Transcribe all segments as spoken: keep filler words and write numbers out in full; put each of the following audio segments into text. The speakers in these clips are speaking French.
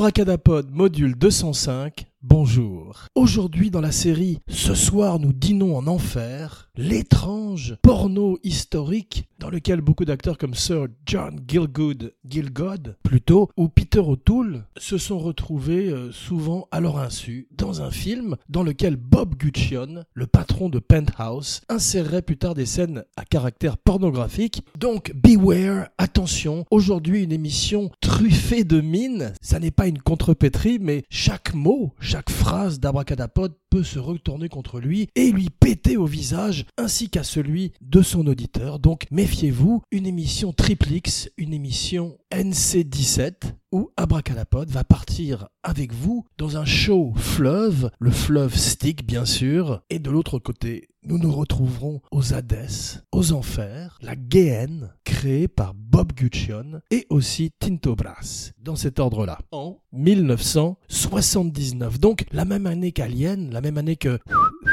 Abracadapod, module deux cent cinq, bonjour. Aujourd'hui dans la série « Ce soir nous dînons en enfer », l'étrange porno historique dans lequel beaucoup d'acteurs comme Sir John Gielgud, Gielgud plutôt, ou Peter O'Toole se sont retrouvés euh, souvent à leur insu dans un film dans lequel Bob Guccione, le patron de Penthouse, insérerait plus tard des scènes à caractère pornographique. Donc beware, attention, aujourd'hui une émission truffée de mines. Ça n'est pas une contrepétrie, mais chaque mot, chaque phrase d'Abracadapod peut se retourner contre lui et lui péter au visage, ainsi qu'à celui de son auditeur. Donc méfiez-vous, une émission Triple X, une émission N C dix-sept, où Abracadapod va partir avec vous dans un show fleuve, le fleuve Styx bien sûr, et de l'autre côté, nous nous retrouverons aux Hadès, aux enfers, la Géhenne, créée par Bob Guccione et aussi Tinto Brass, dans cet ordre-là, en dix-neuf cent soixante-dix-neuf. Donc la même année qu'Alien, la même année que...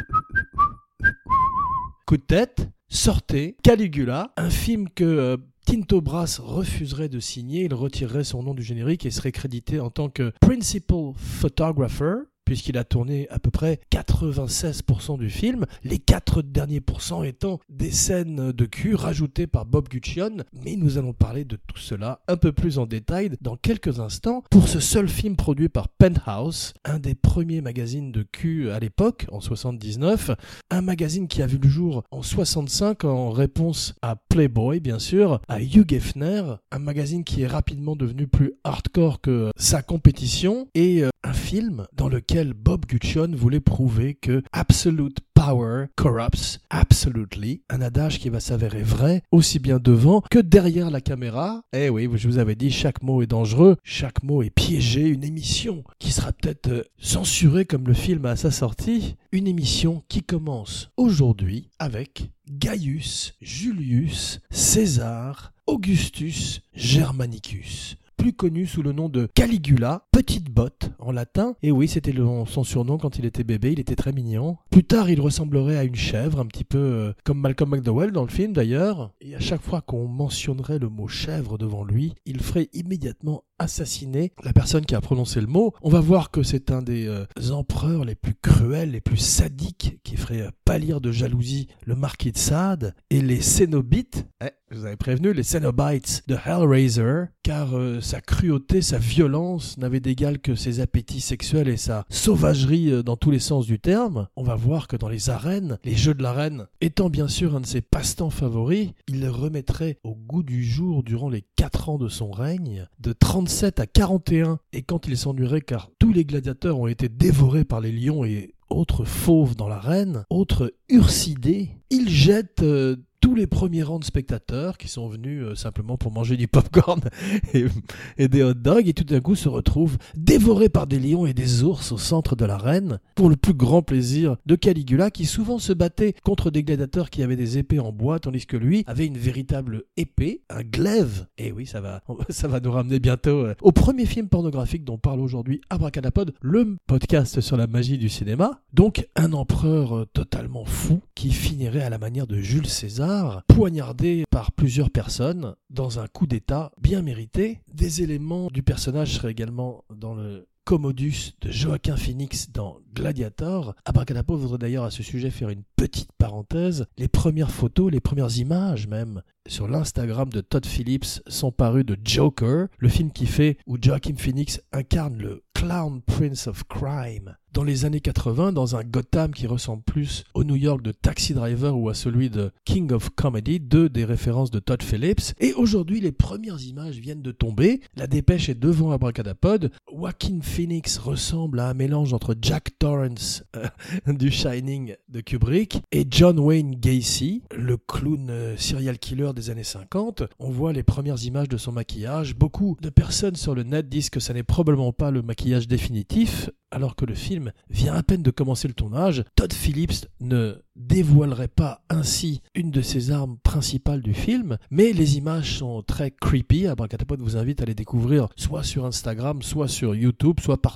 Coup de tête, sortait Caligula, un film que... Euh, Tinto Brass refuserait de signer, il retirerait son nom du générique et serait crédité en tant que Principal Photographer, puisqu'il a tourné à peu près quatre-vingt-seize pour cent du film, les quatre derniers pourcents étant des scènes de cul rajoutées par Bob Guccione. Mais nous allons parler de tout cela un peu plus en détail dans quelques instants pour ce seul film produit par Penthouse, un des premiers magazines de cul à l'époque, en soixante-dix-neuf, un magazine qui a vu le jour en soixante-cinq en réponse à Playboy, bien sûr, à Hugh Hefner, un magazine qui est rapidement devenu plus hardcore que sa compétition, et euh, un film dans lequel Bob Guccione voulait prouver que absolute power corrupts absolutely, un adage qui va s'avérer vrai aussi bien devant que derrière la caméra. Eh oui, je vous avais dit, chaque mot est dangereux, chaque mot est piégé, une émission qui sera peut-être euh, censurée comme le film à sa sortie, une émission qui commence aujourd'hui avec Gaius Julius César Augustus Germanicus, plus connu sous le nom de Caligula, petite botte en latin. Et oui, c'était le, son surnom quand il était bébé, il était très mignon. Plus tard, il ressemblerait à une chèvre, un petit peu euh, comme Malcolm McDowell dans le film d'ailleurs. Et à chaque fois qu'on mentionnerait le mot chèvre devant lui, il ferait immédiatement assassiner la personne qui a prononcé le mot. On va voir que c'est un des euh, empereurs les plus cruels, les plus sadiques, qui ferait euh, pâlir de jalousie le marquis de Sade et les Cénobites. Eh, je vous avais prévenu, les Cénobites de Hellraiser, car euh, sa cruauté, sa violence n'avait d'égal que ses appétits sexuels et sa sauvagerie euh, dans tous les sens du terme. On va voir que dans les arènes, les jeux de l'arène étant bien sûr un de ses passe-temps favoris, il les remettrait au goût du jour durant les quatre ans de son règne, de trente-sept à quarante et un, et quand il s'ennuierait car tous les gladiateurs ont été dévorés par les lions et autres fauves dans l'arène, autres ursidés, il jette euh, tous les premiers rangs de spectateurs qui sont venus euh, simplement pour manger du popcorn et, et des hot dogs, et tout d'un coup se retrouvent dévorés par des lions et des ours au centre de l'arène, pour le plus grand plaisir de Caligula, qui souvent se battait contre des gladiateurs qui avaient des épées en bois, tandis que lui avait une véritable épée, un glaive. Et oui, ça va, ça va nous ramener bientôt euh, au premier film pornographique dont parle aujourd'hui Abracadapod, le podcast sur la magie du cinéma. Donc un empereur euh, totalement fou qui finirait à la manière de Jules César, poignardé par plusieurs personnes dans un coup d'état bien mérité. Des éléments du personnage seraient également dans le Commodus de Joaquin Phoenix dans Gladiator. Abracadapod voudrait d'ailleurs à ce sujet faire une petite parenthèse. Les premières photos, les premières images même, sur l'Instagram de Todd Phillips sont parues de Joker, le film qui fait où Joaquin Phoenix incarne le Clown Prince of Crime dans les années quatre-vingts, dans un Gotham qui ressemble plus au New York de Taxi Driver ou à celui de King of Comedy, deux des références de Todd Phillips. Et aujourd'hui, les premières images viennent de tomber. La dépêche est devant Abracadapod. Joaquin Phoenix ressemble à un mélange entre Jack Torrance euh, du Shining de Kubrick et John Wayne Gacy, le clown euh, serial killer des années cinquante. On voit les premières images de son maquillage. Beaucoup de personnes sur le net disent que ça n'est probablement pas le maquillage définitif, alors que le film vient à peine de commencer le tournage. Todd Phillips ne dévoilerait pas ainsi une de ses armes principales du film, mais les images sont très creepy. Abracadapod vous invite à les découvrir soit sur Instagram, soit sur YouTube, soit partout.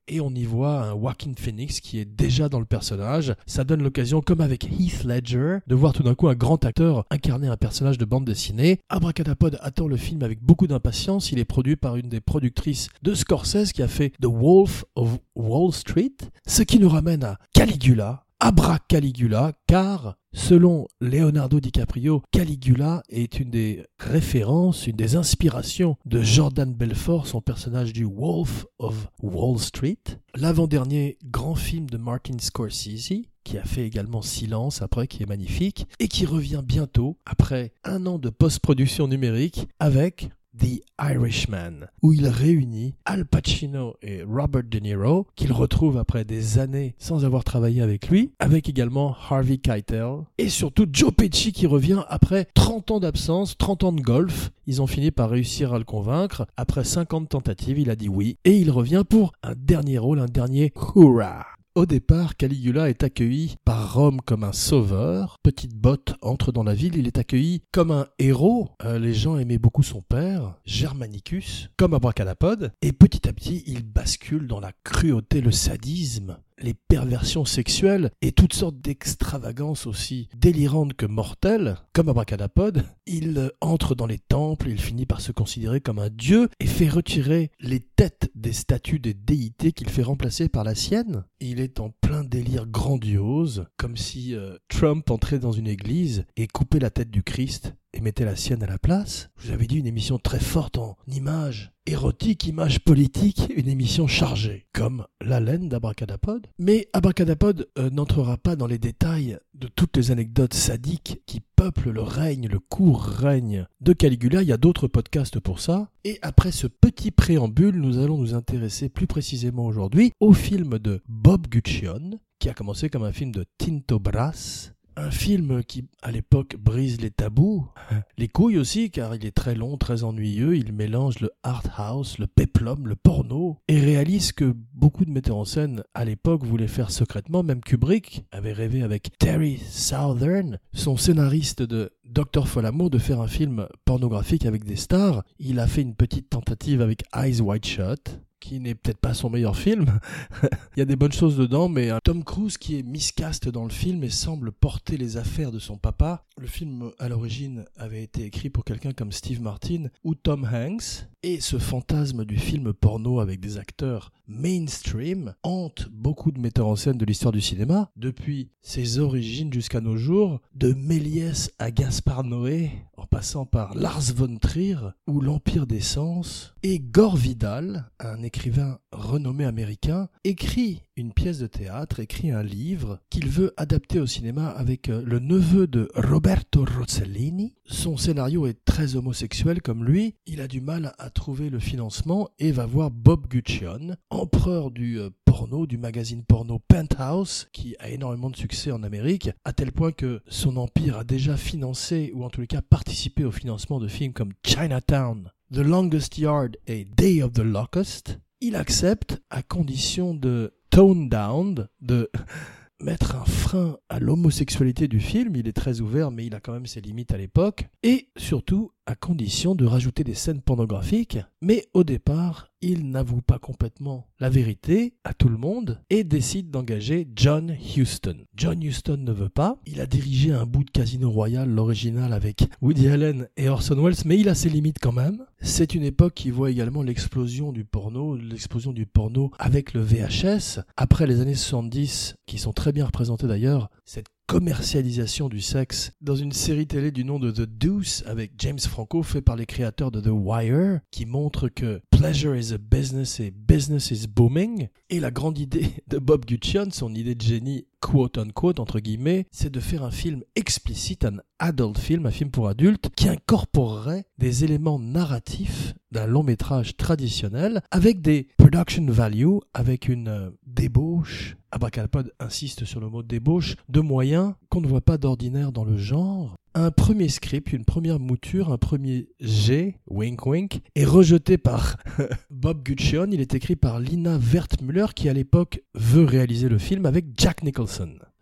et on y voit un Joaquin Phoenix qui est déjà dans le personnage. Ça donne l'occasion, comme avec Heath Ledger, de voir tout d'un coup un grand acteur incarner un personnage de bande dessinée. Abracadapod attend le film avec beaucoup d'impatience. Il est produit par une des productrices de Scorsese qui a fait The Wolf of Wall Street, ce qui nous ramène à Caligula, Abra Caligula, car selon Leonardo DiCaprio, Caligula est une des références, une des inspirations de Jordan Belfort, son personnage du Wolf of Wall Street, l'avant-dernier grand film de Martin Scorsese, qui a fait également Silence après, qui est magnifique, et qui revient bientôt, après un an de post-production numérique, avec The Irishman, où il réunit Al Pacino et Robert De Niro, qu'il retrouve après des années sans avoir travaillé avec lui, avec également Harvey Keitel, et surtout Joe Pesci qui revient après trente ans d'absence, trente ans de golf. Ils ont fini par réussir à le convaincre. Après cinquante tentatives, il a dit oui, et il revient pour un dernier rôle, un dernier hurrah. Au départ, Caligula est accueilli par Rome comme un sauveur. Petite Botte entre dans la ville, il est accueilli comme un héros. Euh, les gens aimaient beaucoup son père, Germanicus, comme Abracadapod. Et petit à petit, il bascule dans la cruauté, le sadisme, les perversions sexuelles et toutes sortes d'extravagances aussi délirantes que mortelles, comme Abracadapod. Il entre dans les temples, il finit par se considérer comme un dieu et fait retirer les têtes des statues des déités qu'il fait remplacer par la sienne. Il est en plein délire grandiose, comme si euh, Trump entrait dans une église et coupait la tête du Christ et mettait la sienne à la place. Je vous avais dit, une émission très forte en images érotiques, images politiques, une émission chargée, comme La Laine d'Abracadapod. Mais Abracadapod euh, n'entrera pas dans les détails de toutes les anecdotes sadiques qui peuplent le règne, le court règne de Caligula. Il y a d'autres podcasts pour ça. Et après ce petit préambule, nous allons nous intéresser plus précisément aujourd'hui au film de Bob Guccione, qui a commencé comme un film de Tinto Brass. Un film qui, à l'époque, brise les tabous, les couilles aussi, car il est très long, très ennuyeux. Il mélange le art house, le péplum, le porno, et réalise ce que beaucoup de metteurs en scène, à l'époque, voulaient faire secrètement. Même Kubrick avait rêvé avec Terry Southern, son scénariste de Docteur Folamour, de faire un film pornographique avec des stars. Il a fait une petite tentative avec Eyes Wide Shut, qui n'est peut-être pas son meilleur film. Il y a des bonnes choses dedans, mais un Tom Cruise qui est miscast dans le film et semble porter les affaires de son papa. Le film, à l'origine, avait été écrit pour quelqu'un comme Steve Martin ou Tom Hanks, et ce fantasme du film porno avec des acteurs mainstream hante beaucoup de metteurs en scène de l'histoire du cinéma, depuis ses origines jusqu'à nos jours, de Méliès à Gaspard Noé, en passant par Lars von Trier ou l'Empire des Sens. Et Gore Vidal, un écrivain renommé américain, écrit une pièce de théâtre, écrit un livre qu'il veut adapter au cinéma avec le neveu de Roberto Rossellini. Son scénario est très homosexuel comme lui, il a du mal à trouver le financement et va voir Bob Guccione, empereur du porno, du magazine porno Penthouse, qui a énormément de succès en Amérique, à tel point que son empire a déjà financé, ou en tous les cas participé au financement de films comme Chinatown, The Longest Yard et Day of the Locust. Il accepte à condition de tone down, de mettre un frein à l'homosexualité du film. Il est très ouvert, mais il a quand même ses limites à l'époque. Et surtout, à condition de rajouter des scènes pornographiques. Mais au départ, il n'avoue pas complètement la vérité à tout le monde et décide d'engager John Huston. John Huston ne veut pas. Il a dirigé un bout de Casino Royale, l'original avec Woody Allen et Orson Welles, mais il a ses limites quand même. C'est une époque qui voit également l'explosion du porno, l'explosion du porno avec le V H S. Après les années soixante-dix, qui sont très bien représentées d'ailleurs, cette commercialisation du sexe dans une série télé du nom de The Deuce avec James Franco, fait par les créateurs de The Wire, qui montre que pleasure is a business et business is booming. Et la grande idée de Bob Guccione, son idée de génie quote unquote entre guillemets, c'est de faire un film explicite, un adult film, un film pour adultes, qui incorporerait des éléments narratifs d'un long métrage traditionnel avec des production value, avec une euh, débauche. Abracadapod insiste sur le mot débauche, de moyens qu'on ne voit pas d'ordinaire dans le genre. Un premier script, une première mouture, un premier jet, wink wink, est rejeté par Bob Guccione. Il est écrit par Lina Wertmüller qui à l'époque veut réaliser le film avec Jack Nicholson.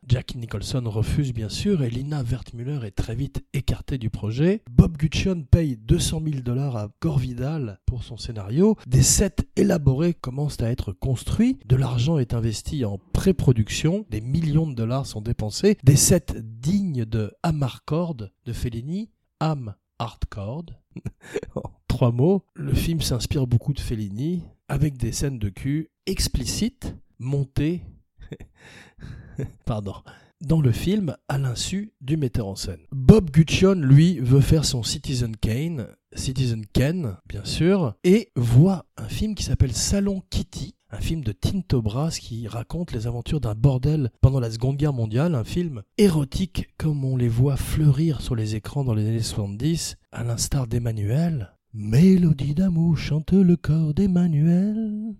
Jackie Nicholson refuse bien sûr et Lina Wertmüller est très vite écartée du projet. Bob Guccione paye deux cent mille dollars à Gore Vidal pour son scénario. Des sets élaborés commencent à être construits. De l'argent est investi en pré-production. Des millions de dollars sont dépensés. Des sets dignes de Amarcord de Fellini. Am Hardcore. En trois mots, le film s'inspire beaucoup de Fellini avec des scènes de cul explicites montées pardon, dans le film à l'insu du metteur en scène. Bob Guccione, lui, veut faire son Citizen Kane, Citizen Kane, bien sûr, et voit un film qui s'appelle Salon Kitty, un film de Tinto Brass qui raconte les aventures d'un bordel pendant la Seconde Guerre mondiale, un film érotique comme on les voit fleurir sur les écrans dans les années soixante-dix, à l'instar d'Emmanuel. Mélodie d'amour chante le corps d'Emmanuel,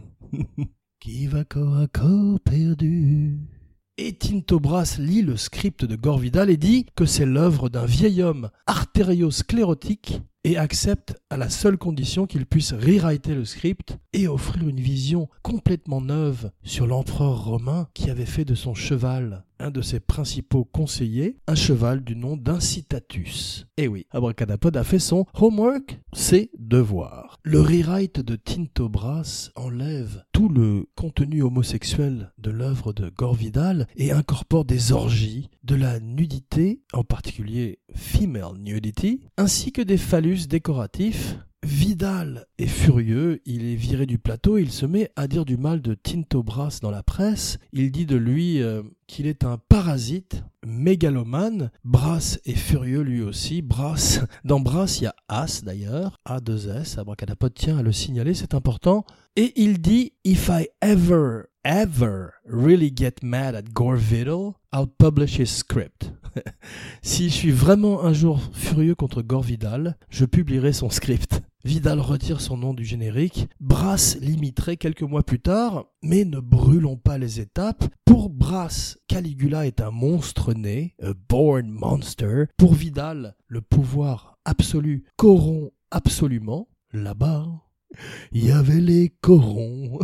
qui va corps à corps perdu. Et Tinto Brass lit le script de Gore Vidal et dit que c'est l'œuvre d'un vieil homme artériosclérotique et accepte à la seule condition qu'il puisse rewriter le script et offrir une vision complètement neuve sur l'empereur romain qui avait fait de son cheval un de ses principaux conseillers, un cheval du nom d'Incitatus. Et oui, Abracadapod a fait son homework, ses devoirs. Le rewrite de Tinto Brass enlève tout le contenu homosexuel de l'œuvre de Gore Vidal et incorpore des orgies, de la nudité, en particulier female nudity, ainsi que des phallus décoratifs. Vidal est furieux, il est viré du plateau, il se met à dire du mal de Tinto Brass dans la presse. Il dit de lui euh, qu'il est un parasite, mégalomane. Brass est furieux lui aussi. Brass, dans Brass, il y a As d'ailleurs, A deux S, Abracadapod tient à le signaler, c'est important. Et il dit « If I ever, ever really get mad at Gore Vidal, I'll publish his script. » Si je suis vraiment un jour furieux contre Gore Vidal, je publierai son script. Vidal retire son nom du générique. Brass l'imiterait quelques mois plus tard, mais ne brûlons pas les étapes. Pour Brass, Caligula est un monstre né, a born monster. Pour Vidal, le pouvoir absolu corrompt absolument. Là-bas, il y avait les corons.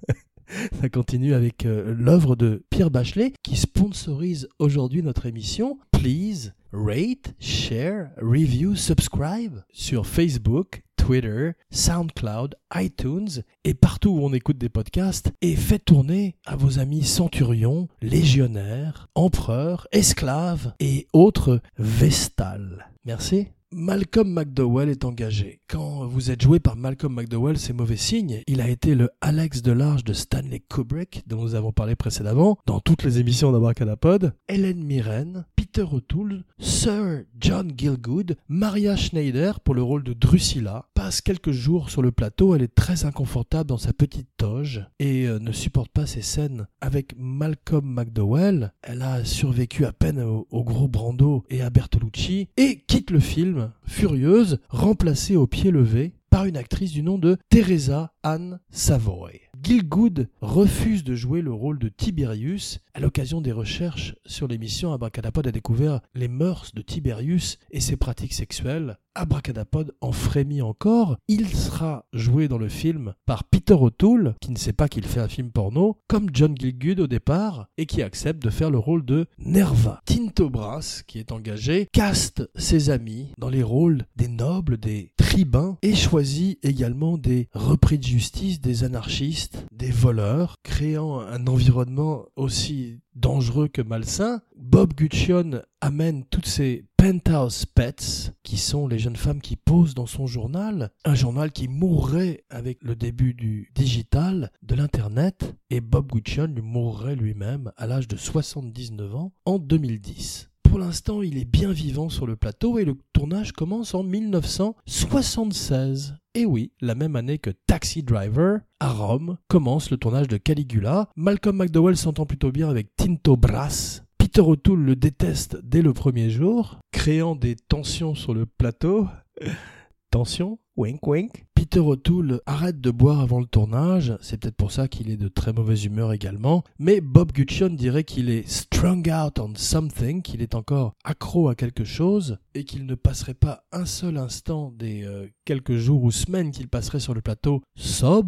Ça continue avec euh, l'œuvre de Pierre Bachelet qui sponsorise aujourd'hui notre émission. Please rate, share, review, subscribe sur Facebook, Twitter, SoundCloud, iTunes et partout où on écoute des podcasts et faites tourner à vos amis centurions, légionnaires, empereurs, esclaves et autres vestales. Merci. Malcolm McDowell est engagé. Quand vous êtes joué par Malcolm McDowell, c'est mauvais signe. Il a été le Alex Delarge de Stanley Kubrick, dont nous avons parlé précédemment, dans toutes les émissions d'Abracadapod. Helen Mirren, Peter O'Toole, Sir John Gielgud, Maria Schneider pour le rôle de Drusilla, passe quelques jours sur le plateau. Elle est très inconfortable dans sa petite toge et euh, ne supporte pas ces scènes avec Malcolm McDowell. Elle a survécu à peine au, au gros Brando et à Bertolucci et quitte le film furieuse, remplacée au pied levé par une actrice du nom de Teresa Ann Savoy. Gielgud refuse de jouer le rôle de Tiberius. À l'occasion des recherches sur l'émission, Abracadapod a découvert les mœurs de Tiberius et ses pratiques sexuelles. Abracadapod en frémit encore. Il sera joué dans le film par Peter O'Toole, qui ne sait pas qu'il fait un film porno, comme John Gielgud au départ, et qui accepte de faire le rôle de Nerva. Tinto Brass, qui est engagé, caste ses amis dans les rôles des nobles, des tribuns, et choisit également des repris de justice, des anarchistes, des voleurs, créant un environnement aussi dangereux que malsain. Bob Guccione amène toutes ces penthouse pets, qui sont les jeunes femmes qui posent dans son journal, un journal qui mourrait avec le début du digital, de l'internet, et Bob Guccione lui mourrait lui-même à l'âge de soixante-dix-neuf ans en deux mille dix. Pour l'instant, il est bien vivant sur le plateau et le tournage commence en dix-neuf cent soixante-seize. Et oui, la même année que Taxi Driver, à Rome, commence le tournage de Caligula. Malcolm McDowell s'entend plutôt bien avec Tinto Brass. Peter O'Toole le déteste dès le premier jour, créant des tensions sur le plateau. Tension, wink wink. Peter O'Toole arrête de boire avant le tournage, c'est peut-être pour ça qu'il est de très mauvaise humeur également, mais Bob Guccione dirait qu'il est strung out on something, qu'il est encore accro à quelque chose, et qu'il ne passerait pas un seul instant des euh, quelques jours ou semaines qu'il passerait sur le plateau sobre.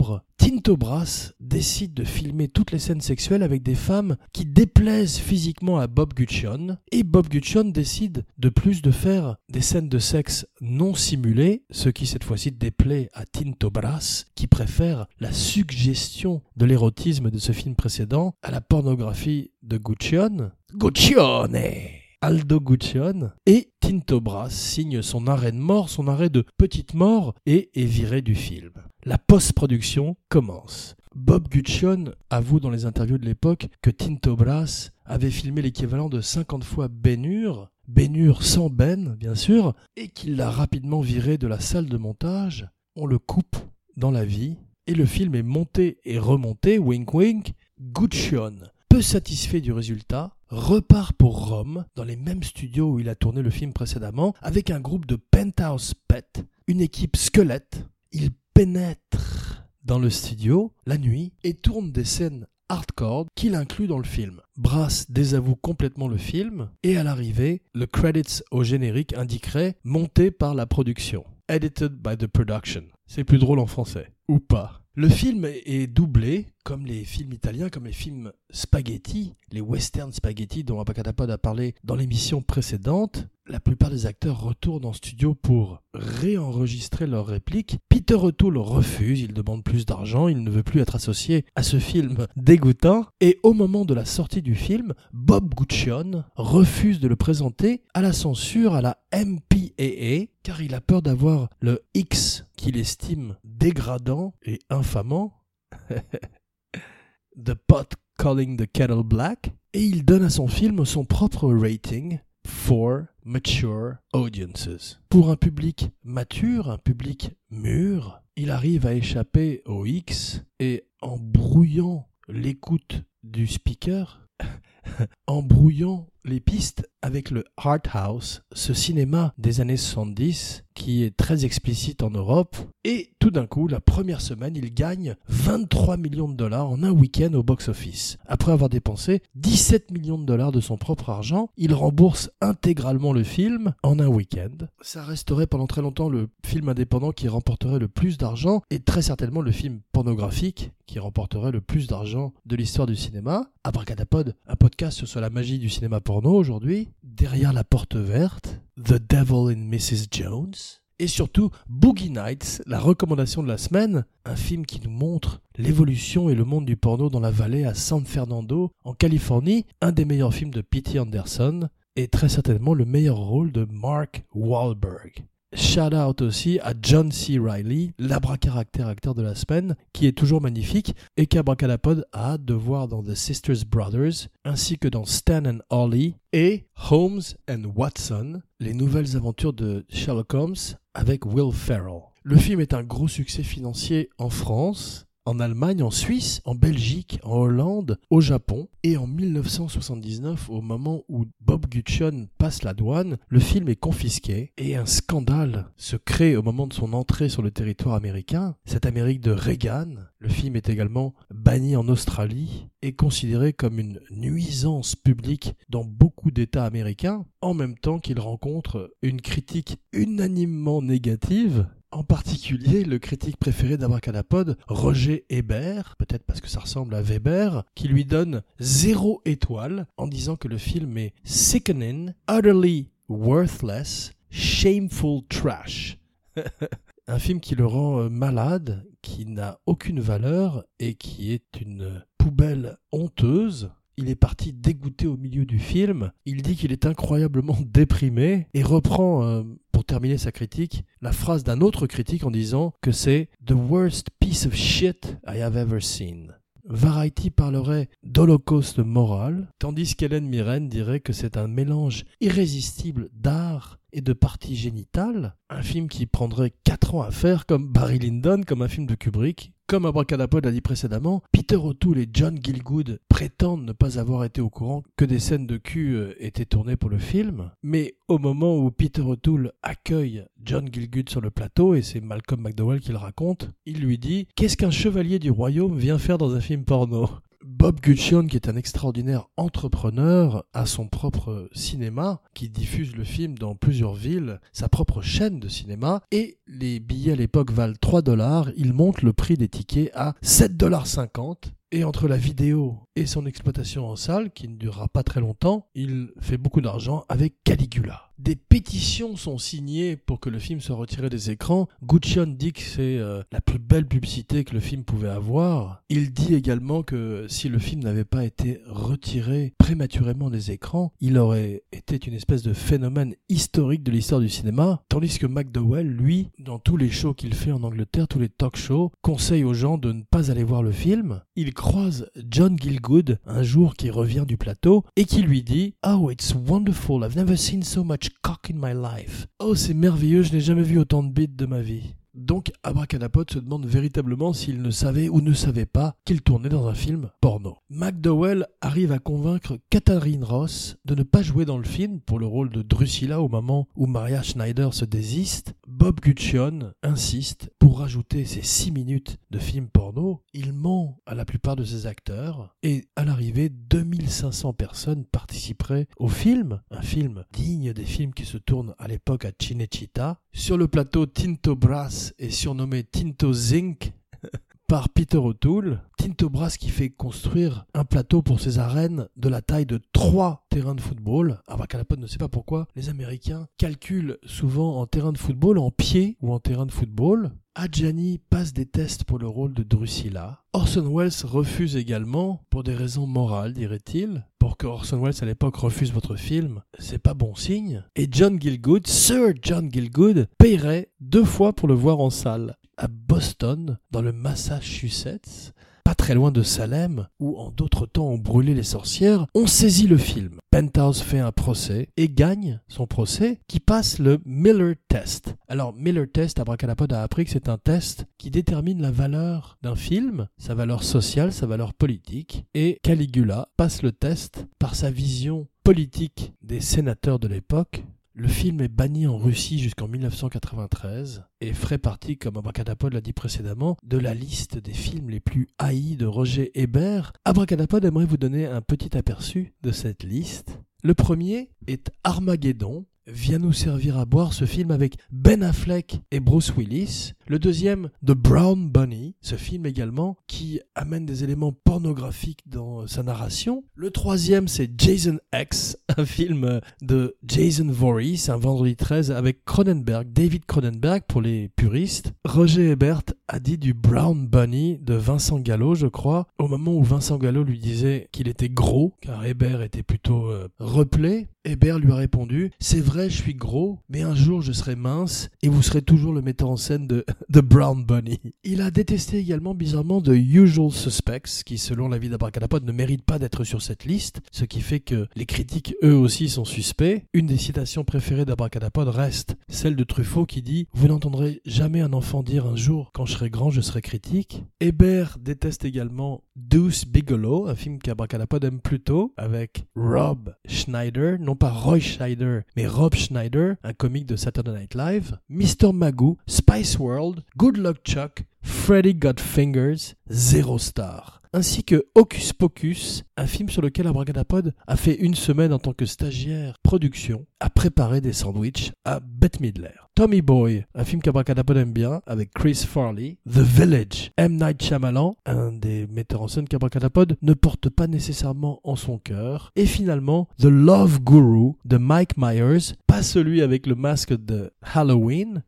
Tinto Brass décide de filmer toutes les scènes sexuelles avec des femmes qui déplaisent physiquement à Bob Guccione, et Bob Guccione décide de plus de faire des scènes de sexe non simulées, ce qui cette fois-ci déplaît à Tinto Brass, qui préfère la suggestion de l'érotisme de ce film précédent à la pornographie de Guccione. Guccione! Aldo Guccione, et Tinto Brass signe son arrêt de mort, son arrêt de petite mort, et est viré du film. La post-production commence. Bob Guccione avoue dans les interviews de l'époque que Tinto Brass avait filmé l'équivalent de cinquante fois Ben-Hur, Ben-Hur sans Ben, bien sûr, et qu'il l'a rapidement viré de la salle de montage. On le coupe dans la vie, et le film est monté et remonté, wink wink. Guccione, peu satisfait du résultat, repart pour Rome, dans les mêmes studios où il a tourné le film précédemment, avec un groupe de Penthouse Pet, une équipe squelette. Il pénètre dans le studio la nuit et tourne des scènes hardcore qu'il inclut dans le film. Brass désavoue complètement le film, et à l'arrivée, le credits au générique indiquerait « monté par la production ». Edited by the production. C'est plus drôle en français. Ou pas. Le film est doublé, comme les films italiens, comme les films spaghetti, les western spaghetti dont Abracadapod a parlé dans l'émission précédente. La plupart des acteurs retournent en studio pour réenregistrer leurs répliques. Peter O'Toole refuse, il demande plus d'argent, il ne veut plus être associé à ce film dégoûtant. Et au moment de la sortie du film, Bob Guccione refuse de le présenter à la censure, à la M P A A, car il a peur d'avoir le X qu'il estime dégradant et infamant. The pot calling the kettle black. Et il donne à son film son propre rating for mature audiences. Pour un public mature, un public mûr, il arrive à échapper au X et en brouillant l'écoute du speaker, en brouillant les pistes avec le art house, ce cinéma des années soixante-dix qui est très explicite en Europe, et tout d'un coup, la première semaine, il gagne vingt-trois millions de dollars en un week-end au box-office. Après avoir dépensé dix-sept millions de dollars de son propre argent, il rembourse intégralement le film en un week-end. Ça resterait pendant très longtemps le film indépendant qui remporterait le plus d'argent, et très certainement le film pornographique qui remporterait le plus d'argent de l'histoire du cinéma. Abracadapod, un podcast sur la magie du cinéma porno aujourd'hui. Derrière la porte verte, The Devil in missus Jones. Et surtout, Boogie Nights, la recommandation de la semaine, un film qui nous montre l'évolution et le monde du porno dans la vallée à San Fernando, en Californie, un des meilleurs films de P T Anderson, et très certainement le meilleur rôle de Mark Wahlberg. Shout out aussi à John C. Reilly, l'abracaractère acteur de la semaine, qui est toujours magnifique et qu'Abracadapod a hâte de voir dans The Sisters Brothers, ainsi que dans Stan and Ollie et Holmes and Watson, les nouvelles aventures de Sherlock Holmes avec Will Ferrell. Le film est un gros succès financier en France, en Allemagne, en Suisse, en Belgique, en Hollande, au Japon. Et en dix-neuf cent soixante-dix-neuf, au moment où Bob Guccione passe la douane, le film est confisqué et un scandale se crée au moment de son entrée sur le territoire américain. Cette Amérique de Reagan, le film est également banni en Australie et considéré comme une nuisance publique dans beaucoup d'États américains, en même temps qu'il rencontre une critique unanimement négative. En particulier, le critique préféré d'Abracadapod, Roger Ebert, peut-être parce que ça ressemble à Weber, qui lui donne zéro étoile en disant que le film est sickening, utterly worthless, shameful trash. Un film qui le rend malade, qui n'a aucune valeur et qui est une poubelle honteuse. Il est parti dégoûté au milieu du film. Il dit qu'il est incroyablement déprimé et reprend, euh, pour terminer sa critique, la phrase d'un autre critique en disant que c'est « the worst piece of shit I have ever seen ». Variety parlerait d'holocauste moral, tandis qu'Hélène Mirren dirait que c'est un mélange irrésistible d'art et de parties génitales, un film qui prendrait quatre ans à faire comme Barry Lyndon, comme un film de Kubrick. Comme Abracadapod l'a dit précédemment, Peter O'Toole et John Gielgud prétendent ne pas avoir été au courant que des scènes de cul étaient tournées pour le film, mais au moment où Peter O'Toole accueille John Gielgud sur le plateau, et c'est Malcolm McDowell qui le raconte, il lui dit « Qu'est-ce qu'un chevalier du royaume vient faire dans un film porno ?» Bob Guccione, qui est un extraordinaire entrepreneur, a son propre cinéma qui diffuse le film dans plusieurs villes, sa propre chaîne de cinéma, et les billets à l'époque valent trois dollars, il monte le prix des tickets à sept dollars cinquante. Et entre la vidéo et son exploitation en salle, qui ne durera pas très longtemps, il fait beaucoup d'argent avec Caligula. Des pétitions sont signées pour que le film soit retiré des écrans. Guccione dit que c'est euh, la plus belle publicité que le film pouvait avoir. Il dit également que si le film n'avait pas été retiré prématurément des écrans, il aurait été une espèce de phénomène historique de l'histoire du cinéma, tandis que McDowell, lui, dans tous les shows qu'il fait en Angleterre, tous les talk shows, conseille aux gens de ne pas aller voir le film. Il croise John Gielgud un jour qui revient du plateau et qui lui dit « Oh, it's wonderful, I've never seen so much cock in my life. Oh, c'est merveilleux, je n'ai jamais vu autant de bites de ma vie. » Donc, Abracadapod se demande véritablement s'il ne savait ou ne savait pas qu'il tournait dans un film porno. McDowell arrive à convaincre Katharine Ross de ne pas jouer dans le film pour le rôle de Drusilla au moment où Maria Schneider se désiste. Bob Guccione insiste pour rajouter ces six minutes de film porno. Il ment à la plupart de ses acteurs et à l'arrivée, deux mille cinq cents personnes participeraient au film, un film digne des films qui se tournent à l'époque à Cinecittà. Sur le plateau, Tinto Brass est surnommé Tinto Zinc par Peter O'Toole. Tinto Brass qui fait construire un plateau pour ses arènes de la taille de trois terrains de football. Abracadapod ne sait pas pourquoi les Américains calculent souvent en terrain de football, en pied ou en terrain de football. Adjani passe des tests pour le rôle de Drusilla. Orson Welles refuse également, pour des raisons morales, dirait-il. Pour que Orson Welles à l'époque refuse votre film, c'est pas bon signe. Et John Gielgud, Sir John Gielgud, paierait deux fois pour le voir en salle. À Boston, dans le Massachusetts, pas très loin de Salem, où en d'autres temps on brûlait les sorcières, on saisit le film. Penthouse fait un procès et gagne son procès qui passe le Miller Test. Alors Miller Test, Abracadapod a appris que c'est un test qui détermine la valeur d'un film, sa valeur sociale, sa valeur politique, et Caligula passe le test par sa vision politique des sénateurs de l'époque. Le film est banni en Russie jusqu'en dix-neuf cent quatre-vingt-treize et ferait partie, comme Abracadapod l'a dit précédemment, de la liste des films les plus haïs de Roger Ebert. Abracadapod aimerait vous donner un petit aperçu de cette liste. Le premier est Armageddon. Vient nous servir à boire ce film avec Ben Affleck et Bruce Willis. Le deuxième, The Brown Bunny, ce film également qui amène des éléments pornographiques dans sa narration. Le troisième, c'est Jason X, un film de Jason Voorhees, un vendredi treize avec Cronenberg, David Cronenberg pour les puristes. Roger Ebert a dit du Brown Bunny de Vincent Gallo, je crois, au moment où Vincent Gallo lui disait qu'il était gros, car Ebert était plutôt euh, replé. Ebert lui a répondu « C'est vrai, je suis gros, mais un jour je serai mince et vous serez toujours le metteur en scène de The Brown Bunny. » Il a détesté également bizarrement The Usual Suspects, qui selon l'avis d'Abracadapod ne mérite pas d'être sur cette liste, ce qui fait que les critiques eux aussi sont suspects. Une des citations préférées d'Abracadapod reste celle de Truffaut qui dit « Vous n'entendrez jamais un enfant dire un jour quand je serai grand je serai critique ». Ebert déteste également Deuce Bigalow, un film qu'Abracadapod aime plutôt, avec Rob Schneider, non pas Roy Schneider, mais Rob Schneider, un comique de Saturday Night Live, mister Magoo, Spice World, Good Luck Chuck, Freddy Got Fingers, Zero Star, ainsi que Hocus Pocus, un film sur lequel Abracadapod a fait une semaine en tant que stagiaire production, à préparer des sandwichs à Bette Midler. Tommy Boy, un film qu'Abracadapod aime bien, avec Chris Farley. The Village, M. Night Shyamalan, un des metteurs en scène qu'Abracadapod ne porte pas nécessairement en son cœur. Et finalement, The Love Guru de Mike Myers, pas celui avec le masque de Halloween,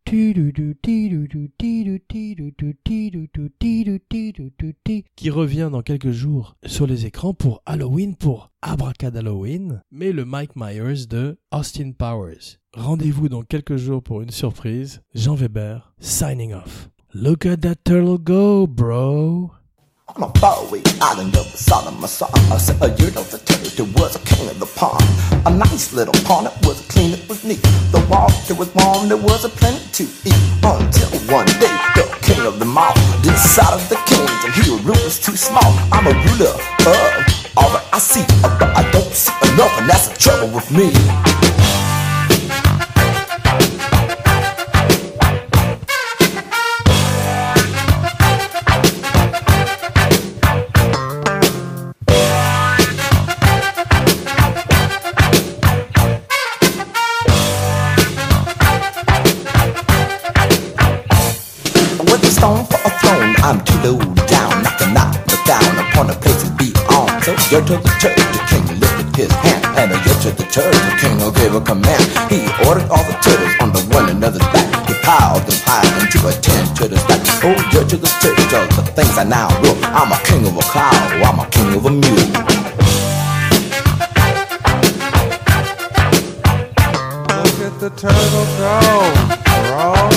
qui revient dans quelques jours sur les écrans pour Halloween, pour Abracadalloween, mais le Mike Myers de Austin Powers. Rendez-vous dans quelques jours pour une surprise. Jean Weber, signing off. Look at that turtle go, bro. On a faraway island of Sodom, I saw a year of the turtle was a king of the pond. A nice little pond, it was clean, it was neat. The water was warm, there was a plenty to eat. Until one day, the king of them all decided the kings and he rule was too small. I'm a ruler of all that I see, but I don't see enough, and that's the trouble with me. to the turtle king lifted his hand, and a year to the turtle king gave a command. He ordered all the turtles under one another's back. He piled them high into a ten turtle stack. Oh, year to the turtle, the things I now rule. I'm a king of a cloud, I'm a king of a mule. Look at the turtle go, bro.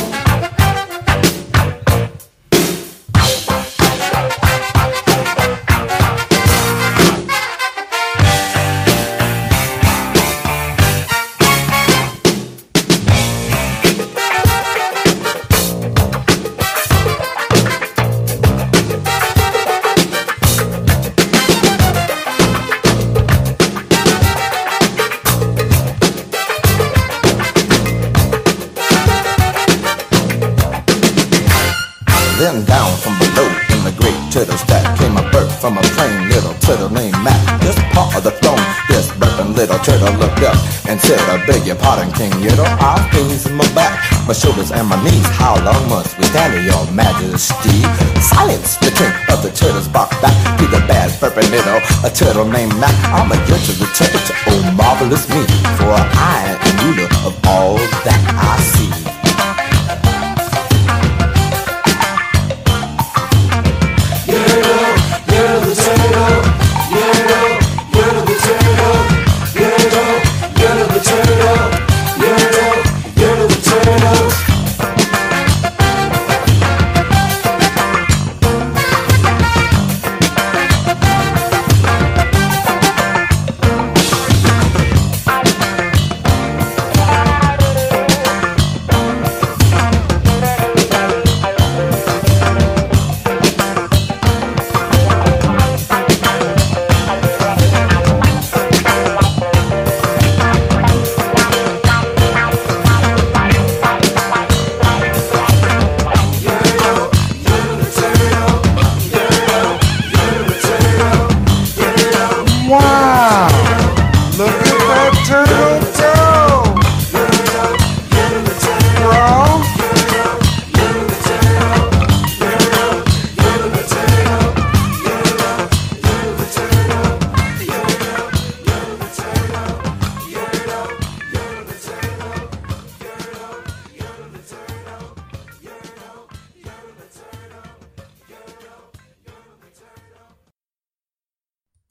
Then down from below in the great turtle stack came a bird from a plain little turtle named Matt. This part of the throne, this burping little turtle looked up and said, I beg your pardon, King Yiddle. I've pains in my back, my shoulders and my knees. How long must we stand here, your majesty? Silence, the king of the turtles barked back to the bad burping little a turtle named Matt. I'm a judge of the turtle, oh marvelous me, for I am ruler of all that I see.